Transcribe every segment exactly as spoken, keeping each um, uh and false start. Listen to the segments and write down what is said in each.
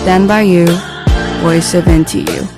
Stand by you, voice of N T U。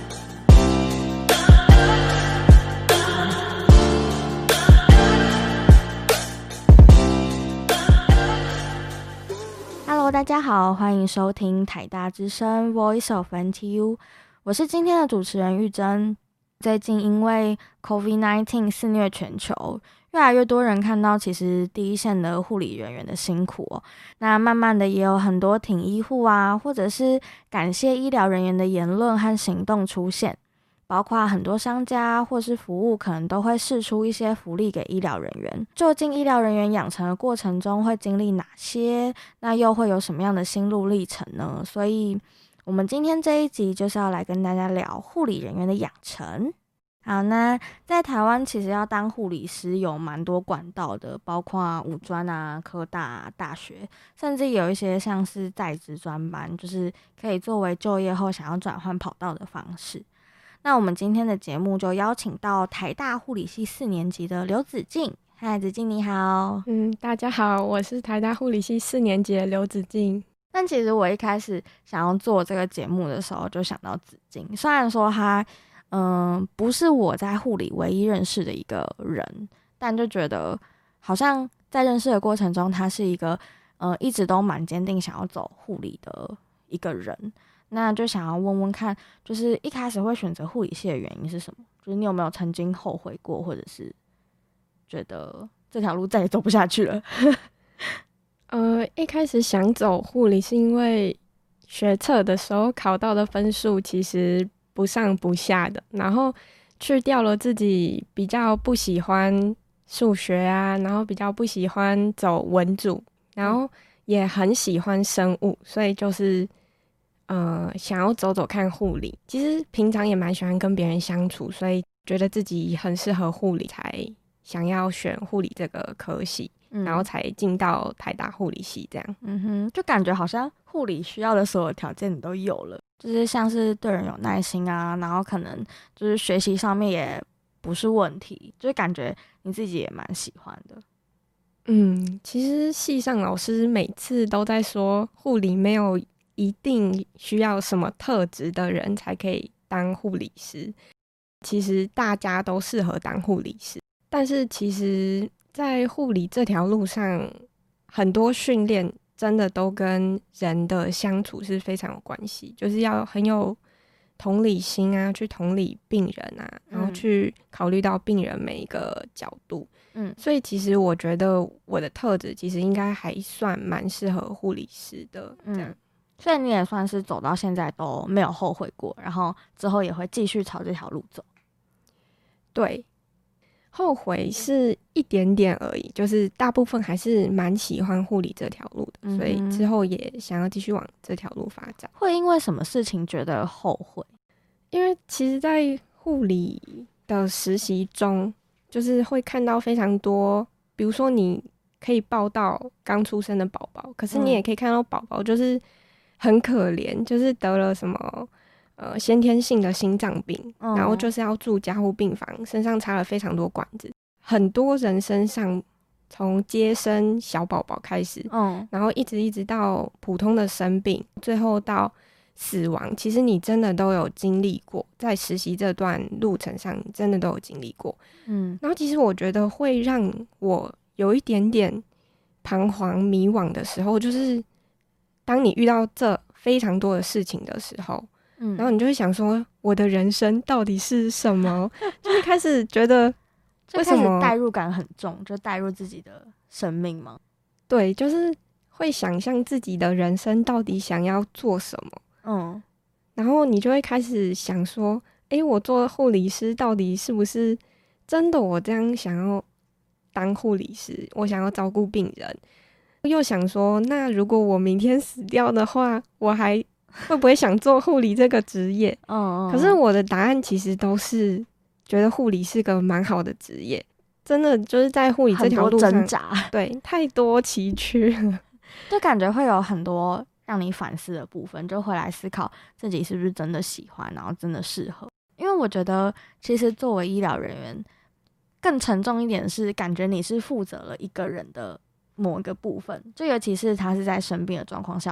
Hello， 大家好，欢迎收听台大之声 Voice of N T U， 我是今天的主持人玉珍。最近因为 COVID 十九 肆虐全球，越来越多人看到其实第一线的护理人员的辛苦哦。那慢慢的也有很多挺医护啊，或者是感谢医疗人员的言论和行动出现，包括很多商家或是服务可能都会释出一些福利给医疗人员。究竟医疗人员养成的过程中会经历哪些？那又会有什么样的心路历程呢？所以我们今天这一集就是要来跟大家聊护理人员的养成。好，那在台湾其实要当护理师有蛮多管道的，包括五专啊、科大啊、大学，甚至有一些像是在职专班，就是可以作为就业后想要转换跑道的方式。那我们今天的节目就邀请到台大护理系四年级的刘子静。嗨，子静你好。 嗯，大家好，我是台大护理系四年级的刘子静。 但其实我一开始想要做这个节目的时候，就想到子静。虽然说他，嗯，不是我在护理唯一认识的一个人，但就觉得好像在认识的过程中，他是一个，呃，一直都蛮坚定想要走护理的一个人。那就想要问问看，就是一开始会选择护理系的原因是什么？就是你有没有曾经后悔过，或者是觉得这条路再也走不下去了？ 呃，一开始想走护理是因为学测的时候考到的分数其实不上不下的，然后去掉了自己比较不喜欢数学啊，然后比较不喜欢走文组，然后也很喜欢生物，所以就是呃想要走走看护理。其实平常也蛮喜欢跟别人相处，所以觉得自己很适合护理，才想要选护理这个科系。嗯、然后才进到台大护理系这样。 嗯哼，就感觉好像护理需要的所有条件你都有了，就是像是对人有耐心啊，然后可能就是学习上面也不是问题，就是感觉你自己也蛮喜欢的。 嗯，其实系上老师每次都在说护理没有一定需要什么特质的人才可以当护理师，其实大家都适合当护理师，但是其实在护理这条路上，很多训练真的都跟人的相处是非常有关系，就是要很有同理心啊，去同理病人啊，然后去考虑到病人每一个角度。嗯，所以其实我觉得我的特质其实应该还算蛮适合护理师的。这样、嗯， 所以你也算是走到现在都没有后悔过，然后之后也会继续朝这条路走。 对。后悔是一点点而已，就是大部分还是蛮喜欢护理这条路的、嗯、所以之后也想要继续往这条路发展。 会因为什么事情觉得后悔？ 因为其实在护理的实习中，就是会看到非常多，比如说你可以抱到刚出生的宝宝，可是你也可以看到宝宝就是很可怜、嗯、就是得了什么呃，先天性的心脏病、嗯，然后就是要住加护病房，身上插了非常多管子。很多人身上从接生小宝宝开始，嗯，然后一直一直到普通的生病，最后到死亡，其实你真的都有经历过，在实习这段路程上，你真的都有经历过。嗯，然后其实我觉得会让我有一点点彷徨迷惘的时候，就是当你遇到这非常多的事情的时候。嗯、然后你就会想说我的人生到底是什么就是开始觉得为什么代入感很重，就代入自己的生命吗？ 对，就是会想象自己的人生到底想要做什么。嗯，然后你就会开始想说诶，我做护理师到底是不是真的我这样想要当护理师，我想要照顾病人，又想说那如果我明天死掉的话，我还会不会想做护理这个职业？嗯，可是我的答案其实都是觉得护理是个蛮好的职业，真的就是在护理这条路上挣扎， 对，太多崎岖了， 就感觉会有很多让你反思的部分，就回来思考自己是不是真的喜欢，然后真的适合。因为我觉得其实作为医疗人员更沉重一点是感觉你是负责了一个人的某一个部分，就尤其是他是在生病的状况下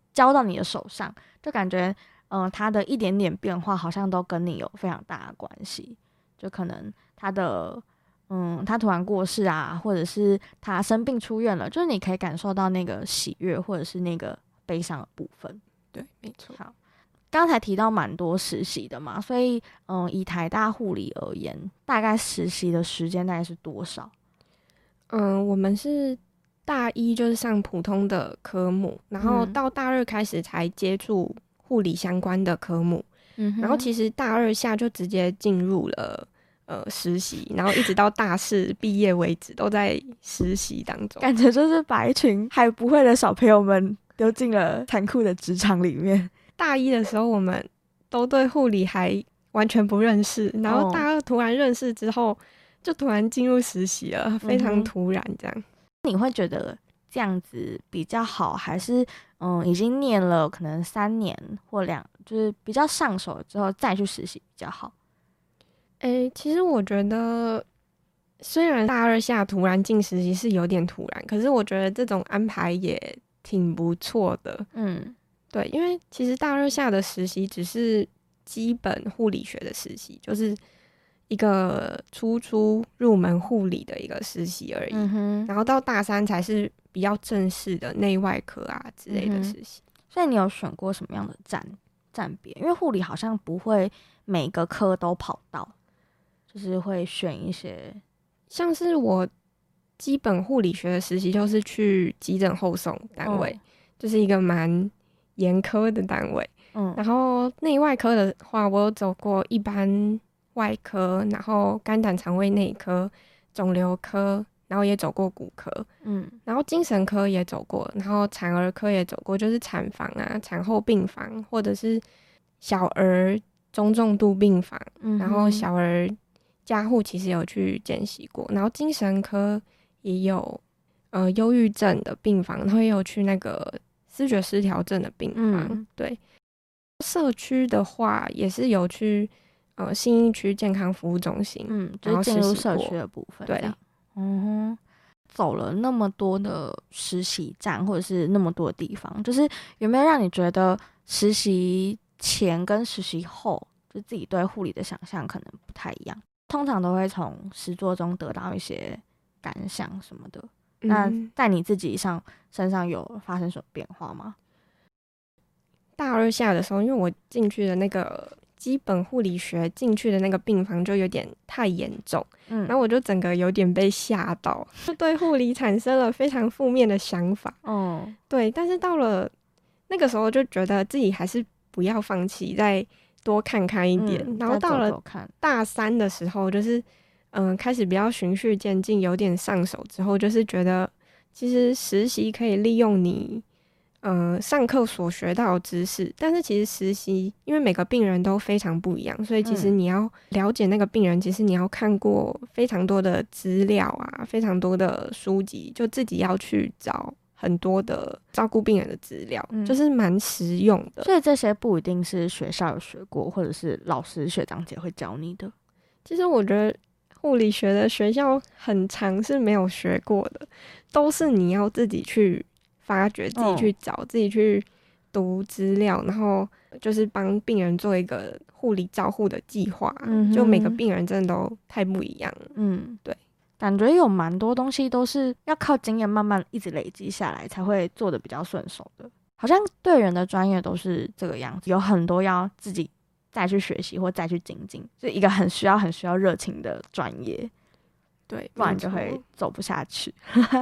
交到你的手上，就感觉嗯、呃，他的一点点变化好像都跟你有非常大的关系，就可能他的嗯，他突然过世啊，或者是他生病出院了，就是你可以感受到那个喜悦或者是那个悲伤的部分。 对，没错。 好，刚才提到蛮多实习的嘛，所以嗯，以台大护理而言，大概实习的时间大概是多少？ 嗯，我们是大一就是上普通的科目，然后到大二开始才接触护理相关的科目，嗯，然后其实大二下就直接进入了呃实习，然后一直到大四毕业为止都在实习当中， 感觉就是把一群还不会的小朋友们丢进了残酷的职场里面。 大一的时候我们都对护理还完全不认识，然后大二突然认识之后，就突然进入实习了，非常突然这样。嗯， 你会觉得这样子比较好，还是嗯已经念了可能三年或两，就是比较上手之后再去实习比较好？ 诶，其实我觉得虽然大二下突然进实习是有点突然，可是我觉得这种安排也挺不错的。嗯，对，因为其实大二下的实习只是基本护理学的实习，就是一个初初入门护理的一个实习而已，嗯，然后到大三才是比较正式的内外科啊之类的实习。嗯， 所以你有选过什么样的站站别？因为护理好像不会每个科都跑到，就是会选一些， 像是我基本护理学的实习就是去急诊后送单位，嗯，就是一个蛮严苛的单位。嗯，然后内外科的话，我有走过一般外科，然后肝胆肠胃内科、肿瘤科，然后也走过骨科，嗯，然后精神科也走过，然后产儿科也走过，就是产房啊、产后病房，或者是小儿中重度病房，嗯，然后小儿加护其实有去见习过，然后精神科也有呃忧郁症的病房，然后也有去那个思觉失调症的病房，嗯，对。社区的话也是有去呃信义区健康服务中心，嗯， 就是进入社区的部分。对，嗯哼，走了那么多的实习站或者是那么多的地方，就是有没有让你觉得实习前跟实习后，就自己对护理的想象可能不太一样？通常都会从实作中得到一些感想什么的。嗯，那在你自己上身上有发生什么变化吗？ 大二下的时候，因为我进去的那个基本护理学进去的那个病房就有点太严重，嗯，然后我就整个有点被吓到，就对护理产生了非常负面的想法。哦，对，但是到了那个时候就觉得自己还是不要放弃，再多看看一点。嗯，然后到了大三的时候，就是嗯、呃、开始比较循序渐进，有点上手之后，就是觉得其实实习可以利用你呃，上课所学到的知识，但是其实实习，因为每个病人都非常不一样，所以其实你要了解那个病人，嗯，其实你要看过非常多的资料啊，非常多的书籍，就自己要去找很多的照顾病人的资料，嗯，就是蛮实用的。 所以这些不一定是学校有学过，或者是老师学长姐会教你的。 其实我觉得护理学的学校很常是没有学过的，都是你要自己去发掘，自己去找，哦，自己去读资料，然后就是帮病人做一个护理照护的计划，嗯，就每个病人真的都太不一样了。嗯，对， 感觉有蛮多东西都是要靠经验慢慢一直累积下来才会做得比较顺手的，好像对人的专业都是这个样子，有很多要自己再去学习或再去精进，就一个很需要很需要热情的专业， 对， 不然就会走不下去。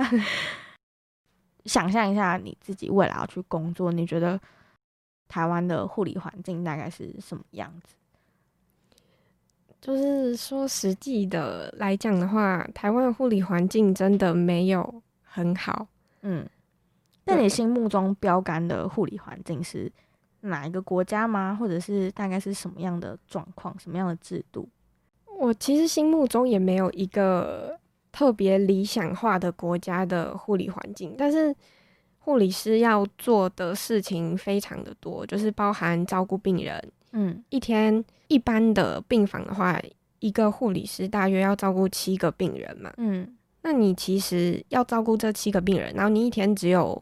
想象一下你自己未来要去工作，你觉得台湾的护理环境大概是什么样子？ 就是说实际的来讲的话，台湾的护理环境真的没有很好。嗯， 那你心目中标杆的护理环境是哪一个国家吗？或者是大概是什么样的状况、什么样的制度？ 我其实心目中也没有一个特别理想化的国家的护理环境，但是护理师要做的事情非常的多，就是包含照顾病人。嗯，一天一般的病房的话，一个护理师大约要照顾七个病人嘛。嗯，那你其实要照顾这七个病人，然后你一天只有一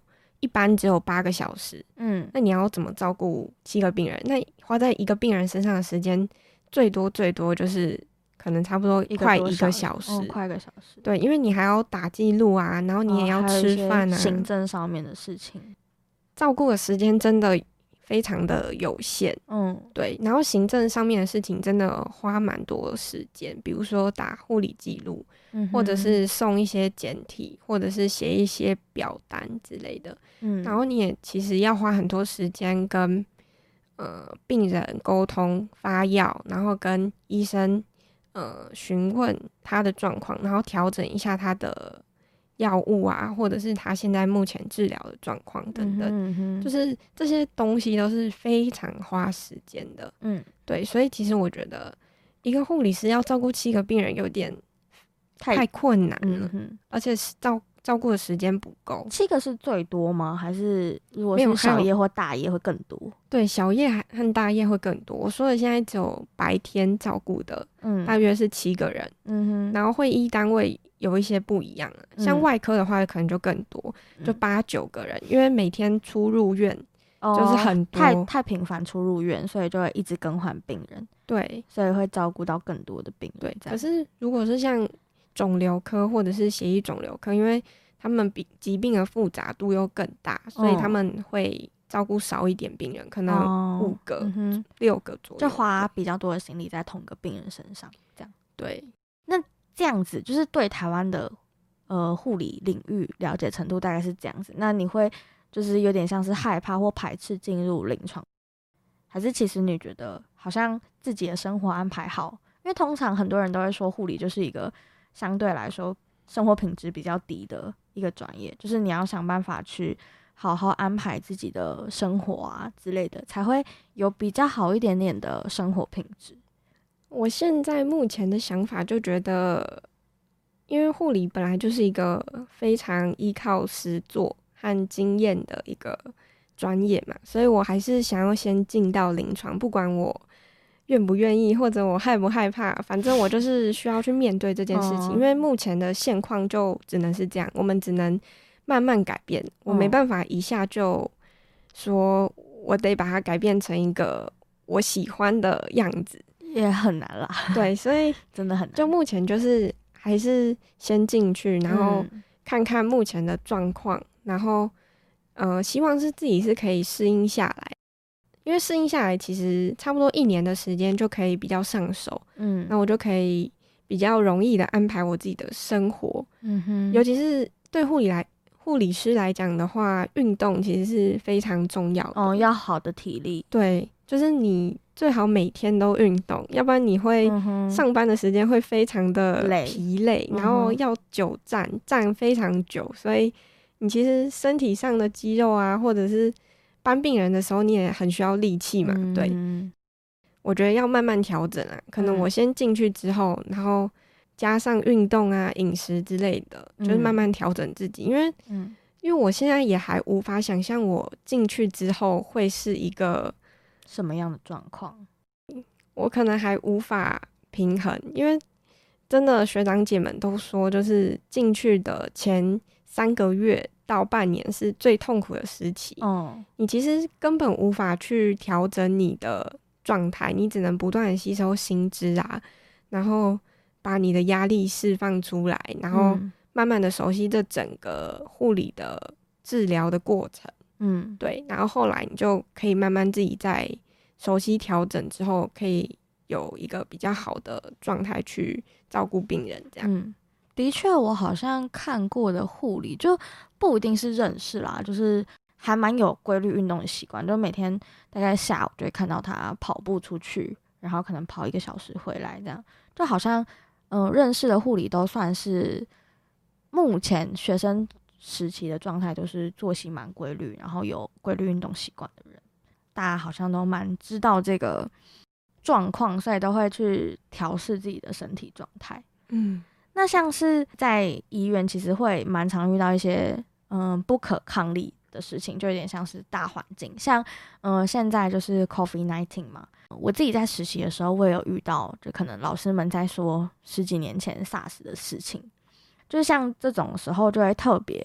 一般只有八个小时， 嗯， 那你要怎么照顾七个病人？那花在一个病人身上的时间最多最多就是可能差不多快一个小时， 哦、快一个小时。 对，因为你还要打记录啊，然后你也要吃饭啊， 哦、行政上面的事情， 照顾的时间真的非常的有限。嗯，对，然后行政上面的事情真的花蛮多时间，比如说打护理记录、嗯，或者是送一些简体，或者是写一些表单之类的。嗯，然后你也其实要花很多时间跟呃病人沟通、发药，然后跟医生呃询问他的状况，然后调整一下他的药物啊，或者是他现在目前治疗的状况等等、嗯嗯，就是这些东西都是非常花时间的。嗯，对，所以其实我觉得一个护理师要照顾七个病人有点太太困难了，嗯、而且照照顾的时间不够。 七个是最多吗？还是如果是小夜或大夜会更多？ 对，小夜和大夜会更多。我说的现在只有白天照顾的，嗯，大约是七个人。嗯哼，然后会医单位有一些不一样，像外科的话可能就更多，就八九个人，因为每天出入院就是很多， 哦、太太频繁出入院，所以就会一直更换病人。 对， 所以会照顾到更多的病人。 对，可是如果是像肿瘤科或者是血液肿瘤科，因为他们比疾病的复杂度又更大，所以他们会照顾少一点病人，可能五个、哦嗯、六个左右， 就花比较多的心力在同个病人身上。这样对。 那这样子就是对台湾的呃护理领域了解程度大概是这样子。那你会就是有点像是害怕或排斥进入临床，还是其实你觉得好像自己的生活安排好？因为通常很多人都会说护理就是一个相对来说生活品质比较低的一个专业，就是你要想办法去好好安排自己的生活啊之类的，才会有比较好一点点的生活品质。 我现在目前的想法就觉得，因为护理本来就是一个非常依靠实作和经验的一个专业嘛，所以我还是想要先进到临床，不管我愿不愿意或者我害不害怕，反正我就是需要去面对这件事情、哦、因为目前的现况就只能是这样，我们只能慢慢改变、哦、我没办法一下就说我得把它改变成一个我喜欢的样子， 也很难啦。 对，所以真的很难， 就目前就是还是先进去，然后看看目前的状况、嗯、然后呃，希望是自己是可以适应下来，因为适应下来其实差不多一年的时间就可以比较上手，嗯，那我就可以比较容易的安排我自己的生活，嗯哼，尤其是对护理来护理师来讲的话，运动其实是非常重要的， 哦，要好的体力， 对，就是你最好每天都运动，要不然你会上班的时间会非常的疲累，然后要久站站非常久，所以你其实身体上的肌肉啊，或者是搬病人的时候你也很需要力气嘛、嗯、对，我觉得要慢慢调整啊，可能我先进去之后、嗯、然后加上运动啊饮食之类的、嗯、就是慢慢调整自己，因为、嗯、因为我现在也还无法想象我进去之后会是一个什么样的状况， 我可能还无法平衡，因为真的学长姐们都说就是进去的前三个月到半年是最痛苦的时期、哦、你其实根本无法去调整你的状态，你只能不断的吸收新知啊，然后把你的压力释放出来，然后慢慢的熟悉这整个护理的治疗的过程，嗯，对，然后后来你就可以慢慢自己在熟悉调整之后，可以有一个比较好的状态去照顾病人这样、嗯， 的确我好像看过的护理就不一定是认识啦，就是还蛮有规律运动的习惯，就每天大概下午就会看到他跑步出去，然后可能跑一个小时回来这样，就好像嗯、呃，认识的护理都算是目前学生时期的状态，都是作息蛮规律，然后有规律运动习惯的人，大家好像都蛮知道这个状况，所以都会去调适自己的身体状态。嗯，那像是在医院其实会蛮常遇到一些嗯不可抗力的事情，就有点像是大环境，像嗯现在就是 COVID 十九 嘛，我自己在实习的时候我也有遇到，就可能老师们在说十几年前 SARS 的事情，就是像这种时候就会特别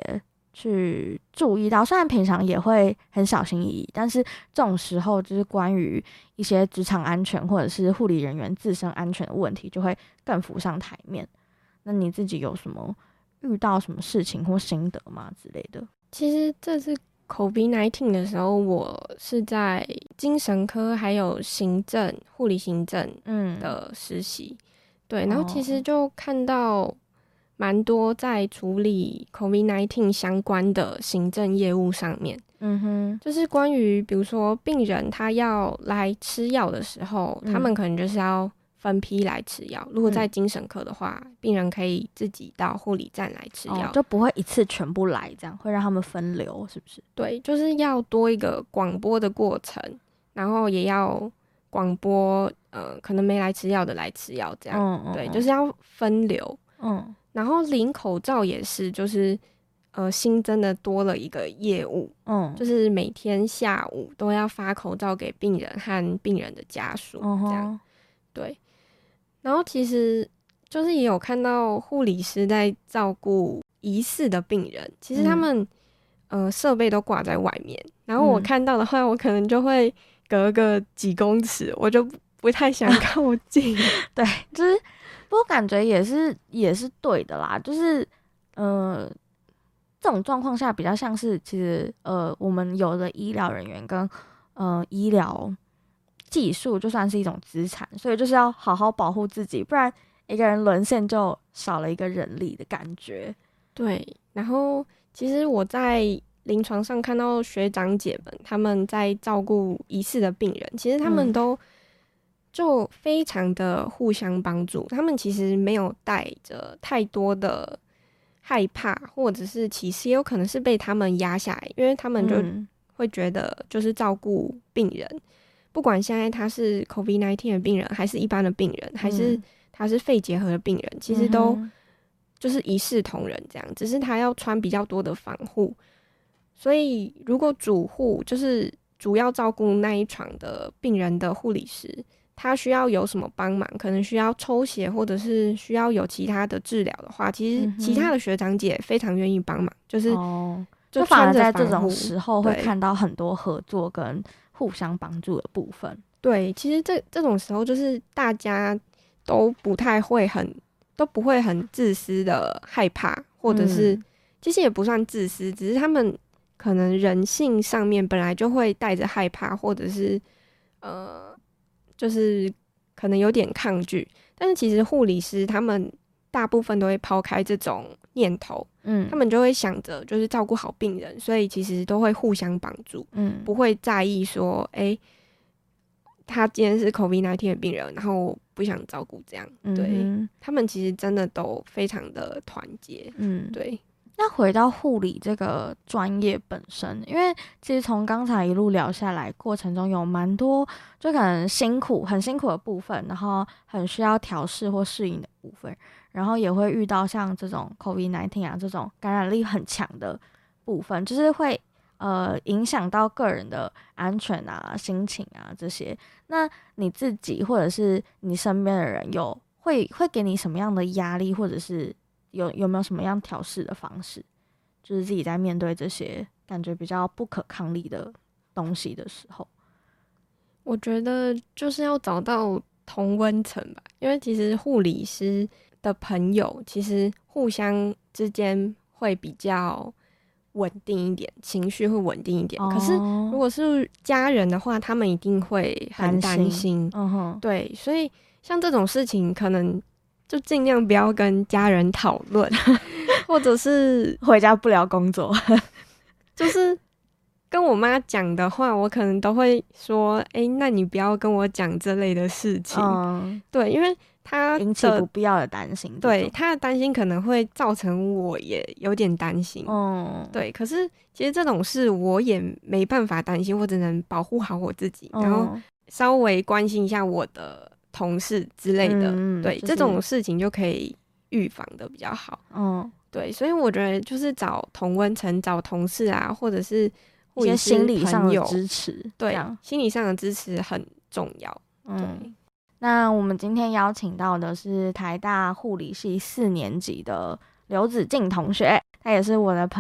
去注意到？虽然平常也会很小心翼翼，但是这种时候就是关于一些职场安全或者是护理人员自身安全的问题就会更浮上台面。那你自己有什么遇到什么事情或心得吗之类的？ 其实这次 COVID 十九 的时候，我是在精神科还有行政护理行政的实习、嗯、对，然后其实就看到蛮多在处理 COVID 十九 相关的行政业务上面，嗯哼，就是关于比如说病人他要来吃药的时候、嗯、他们可能就是要分批来吃药，如果在精神科的话、嗯、病人可以自己到护理站来吃药、 哦、就不会一次全部来，这样会让他们分流，是不是？ 对，就是要多一个广播的过程，然后也要广播呃，可能没来吃药的来吃药，这样、嗯嗯、对，就是要分流。嗯，然后领口罩也是，就是呃新增的多了一个业务，嗯，就是每天下午都要发口罩给病人和病人的家属，嗯、这样对。然后其实就是也有看到护理师在照顾疑似的病人，其实他们、嗯、呃设备都挂在外面，然后我看到的话，我可能就会隔个几公尺，我就不太想靠近。 对，就是不过感觉也是也是对的啦，就是呃这种状况下比较像是其实呃我们有的医疗人员跟呃医疗技术就算是一种资产，所以就是要好好保护自己，不然一个人沦陷就少了一个人力的感觉。 对，然后其实我在临床上看到学长姐们他们在照顾疑似的病人，其实他们都就非常的互相帮助、嗯、他们其实没有带着太多的害怕或者是歧视，也有可能是被他们压下来，因为他们就会觉得就是照顾病人、嗯、不管现在他是 COVID 十九 的病人还是一般的病人、嗯、还是他是肺结核的病人，其实都就是一视同仁这样，只是他要穿比较多的防护。所以如果主护就是主要照顾那一床的病人的护理师，他需要有什么帮忙，可能需要抽血或者是需要有其他的治疗的话，其实其他的学长姐非常愿意帮忙、嗯、就是、哦、 就反而在这种时候会看到很多合作跟互相帮助的部分。 对，其实这这种时候就是大家都不太会很都不会很自私的害怕，或者是、嗯、其实也不算自私，只是他们可能人性上面本来就会带着害怕，或者是呃就是可能有点抗拒，但是其实护理师他们大部分都会抛开这种念头，嗯，他们就会想着就是照顾好病人，所以其实都会互相帮助，嗯，不会在意说哎、欸，他今天是 COVID 十九 的病人，然后不想照顾这样，对、嗯、他们其实真的都非常的团结，嗯，对。 那回到护理这个专业本身，因为其实从刚才一路聊下来过程中有蛮多就可能辛苦很辛苦的部分，然后很需要调试或适应的部分，然后也会遇到像这种 COVID 十九 啊这种感染力很强的部分，就是会呃影响到个人的安全啊心情啊这些。那你自己或者是你身边的人有会会给你什么样的压力，或者是有有没有什么样调试的方式，就是自己在面对这些感觉比较不可抗力的东西的时候？ 我觉得就是要找到同温层吧，因为其实护理师的朋友其实互相之间会比较稳定一点，情绪会稳定一点、哦、可是如果是家人的话，他们一定会很担心, 担心、嗯、哼对，所以像这种事情可能就尽量不要跟家人讨论或者是回家不聊工作就是跟我妈讲的话，我可能都会说哎、欸，那你不要跟我讲这类的事情、嗯、对，因为他引起不必要的担心， 对，他的担心可能会造成我也有点担心，嗯，对，可是其实这种事我也没办法担心，我只能保护好我自己、嗯、然后稍微关心一下我的同事之类的、嗯、对、就是、这种事情就可以预防的比较好，嗯，对，所以我觉得就是找同温层，找同事啊，或者是一些心理上的支持， 对，心理上的支持很重要，嗯，对。 那我们今天邀请到的是台大护理系四年级的刘子静同学，他也是我的朋友。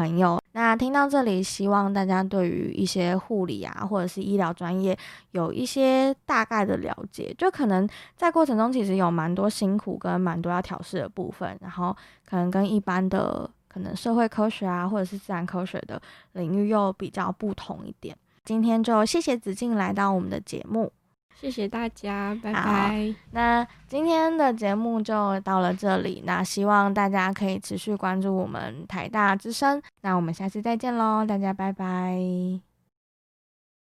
那听到这里，希望大家对于一些护理啊，或者是医疗专业有一些大概的了解，就可能在过程中其实有蛮多辛苦跟蛮多要调试的部分，然后可能跟一般的可能社会科学啊，或者是自然科学的领域又比较不同一点。今天就谢谢子静来到我们的节目。 谢谢大家，拜拜。 那今天的节目就到了这里，那希望大家可以持续关注我们台大之声，那我们下次再见咯，大家拜拜。